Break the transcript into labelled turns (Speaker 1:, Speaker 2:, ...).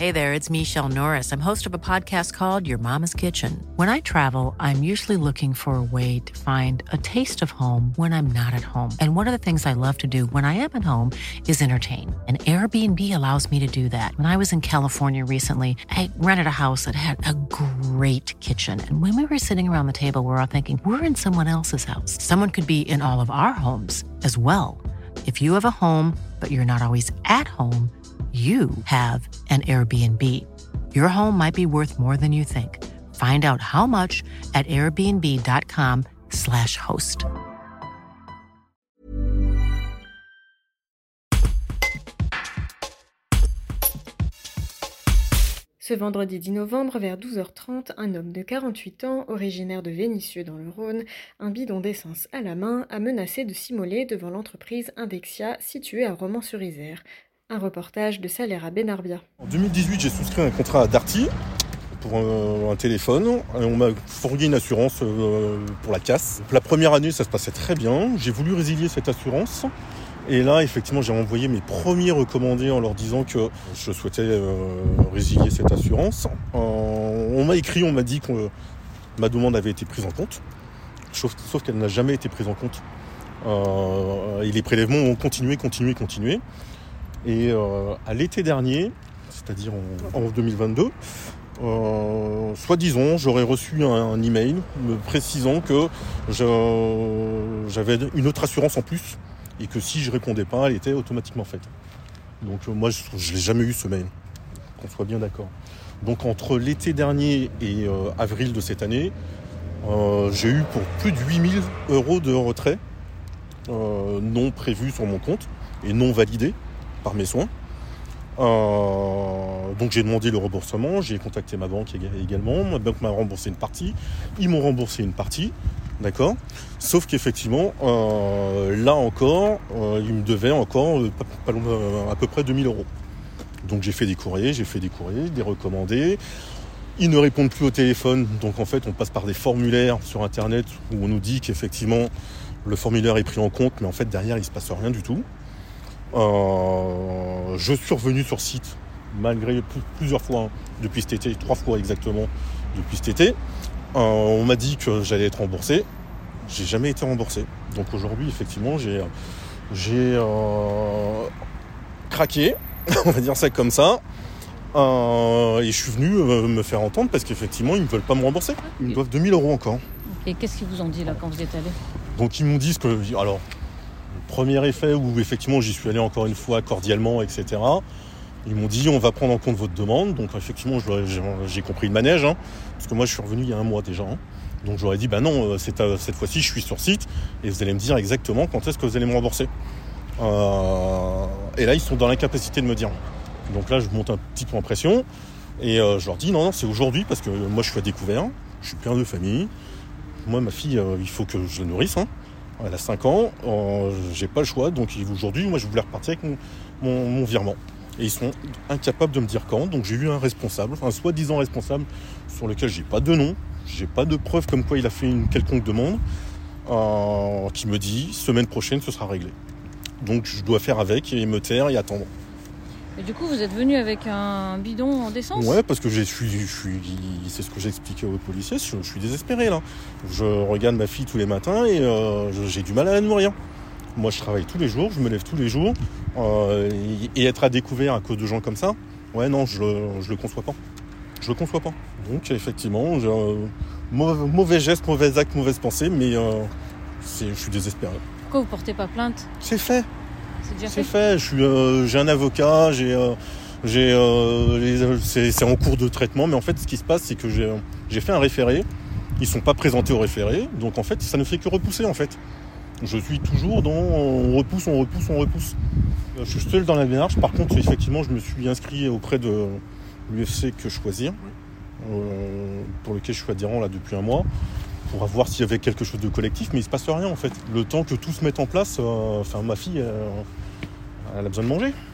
Speaker 1: Hey there, it's Michelle Norris. I'm host of a podcast called Your Mama's Kitchen. When I travel, I'm usually looking for a way to find a taste of home when I'm not at home. And one of the things I love to do when I am at home is entertain. And Airbnb allows me to do that. When I was in California recently, I rented a house that had a great kitchen. And when we were sitting around the table, we were all thinking, we're in someone else's house. Someone could be in all of our homes as well. If you have a home, but you're not always at home, you have an Airbnb. Your home might be worth more than you think. Find out how much at airbnb.com/host.
Speaker 2: Ce vendredi 10 novembre, vers 12h30, un homme de 48 ans, originaire de Vénissieux dans le Rhône, un bidon d'essence à la main, a menacé de s'immoler devant l'entreprise Indexia située à Romans-sur-Isère. Un reportage de Salera Benarbia.
Speaker 3: En 2018, j'ai souscrit un contrat à Darty pour un téléphone. Et on m'a fourgué une assurance pour la casse. La première année, ça se passait très bien. J'ai voulu résilier cette assurance. Et là, effectivement, j'ai envoyé mes premiers recommandés en leur disant que je souhaitais résilier cette assurance. On m'a écrit, on m'a dit que ma demande avait été prise en compte. Sauf qu'elle n'a jamais été prise en compte. Et les prélèvements ont continué. Et à l'été dernier, c'est-à-dire en 2022, soi-disant, j'aurais reçu un email me précisant que j'avais une autre assurance en plus et que si je répondais pas, elle était automatiquement faite. Donc moi, je l'ai jamais eu ce mail, qu'on soit bien d'accord. Donc entre l'été dernier et avril de cette année, j'ai eu pour plus de 8 000 € de retrait non prévus sur mon compte et non validés par mes soins. Donc j'ai demandé le remboursement, j'ai contacté ma banque également. Ma banque m'a remboursé une partie, ils m'ont remboursé une partie, d'accord. Sauf qu'effectivement, là encore, ils me devaient encore à peu près 2 000 €. Donc j'ai fait des courriers, des recommandés. Ils ne répondent plus au téléphone, donc en fait on passe par des formulaires sur internet où on nous dit qu'effectivement le formulaire est pris en compte, mais en fait derrière il se passe rien du tout. Je suis revenu sur site malgré plusieurs fois depuis cet été, 3 fois exactement depuis cet été. On m'a dit que j'allais être remboursé. J'ai jamais été remboursé. Donc aujourd'hui, effectivement, j'ai craqué, on va dire ça comme ça. Et je suis venu me faire entendre parce qu'effectivement, ils ne veulent pas me rembourser. Ils me doivent 2 000 € encore.
Speaker 4: Et qu'est-ce qu'ils vous ont dit là quand vous êtes allé ?
Speaker 3: Donc ils m'ont dit que... Alors, premier effet où effectivement j'y suis allé encore une fois cordialement, etc. Ils m'ont dit on va prendre en compte votre demande. Donc effectivement j'ai compris le manège, parce que moi je suis revenu il y a un mois déjà. Donc j'aurais dit non, cette fois-ci je suis sur site et vous allez me dire exactement quand est-ce que vous allez me rembourser. Et là ils sont dans l'incapacité de me dire. Donc là je monte un petit peu en pression et je leur dis non c'est aujourd'hui parce que moi je suis à découvert, je suis père de famille. Moi ma fille il faut que je la nourrisse. Elle a 5 ans, j'ai pas le choix, donc aujourd'hui, moi je voulais repartir avec mon virement. Et ils sont incapables de me dire quand, donc j'ai eu un responsable, un soi-disant responsable, sur lequel j'ai pas de nom, j'ai pas de preuve comme quoi il a fait une quelconque demande, qui me dit, semaine prochaine ce sera réglé. Donc je dois faire avec et me taire et attendre.
Speaker 4: Et du coup, vous êtes venu avec un bidon d'essence ?
Speaker 3: Ouais, parce que c'est ce que j'ai expliqué aux policiers, je suis désespéré là. Je regarde ma fille tous les matins et j'ai du mal à la nourrir. Moi, je travaille tous les jours, je me lève tous les jours. Et être à découvert à cause de gens comme ça, ouais, non, je le conçois pas. Je le conçois pas. Donc, effectivement, mauvais geste, mauvais acte, mauvaise pensée, mais je suis désespéré.
Speaker 4: Pourquoi vous portez pas plainte ?
Speaker 3: C'est fait.
Speaker 4: C'est déjà
Speaker 3: fait. C'est fait. J'ai un avocat, c'est en cours de traitement, mais en fait, ce qui se passe, c'est que j'ai fait un référé. Ils sont pas présentés au référé, donc en fait, ça ne fait que repousser en fait. Je suis toujours dans on repousse. Je suis seul dans la démarche. Par contre, effectivement, je me suis inscrit auprès de l'UFC Que Choisir, pour lequel je suis adhérent là depuis un mois, pour voir s'il y avait quelque chose de collectif, mais il se passe rien en fait. Le temps que tout se mette en place, ma fille, elle a besoin de manger.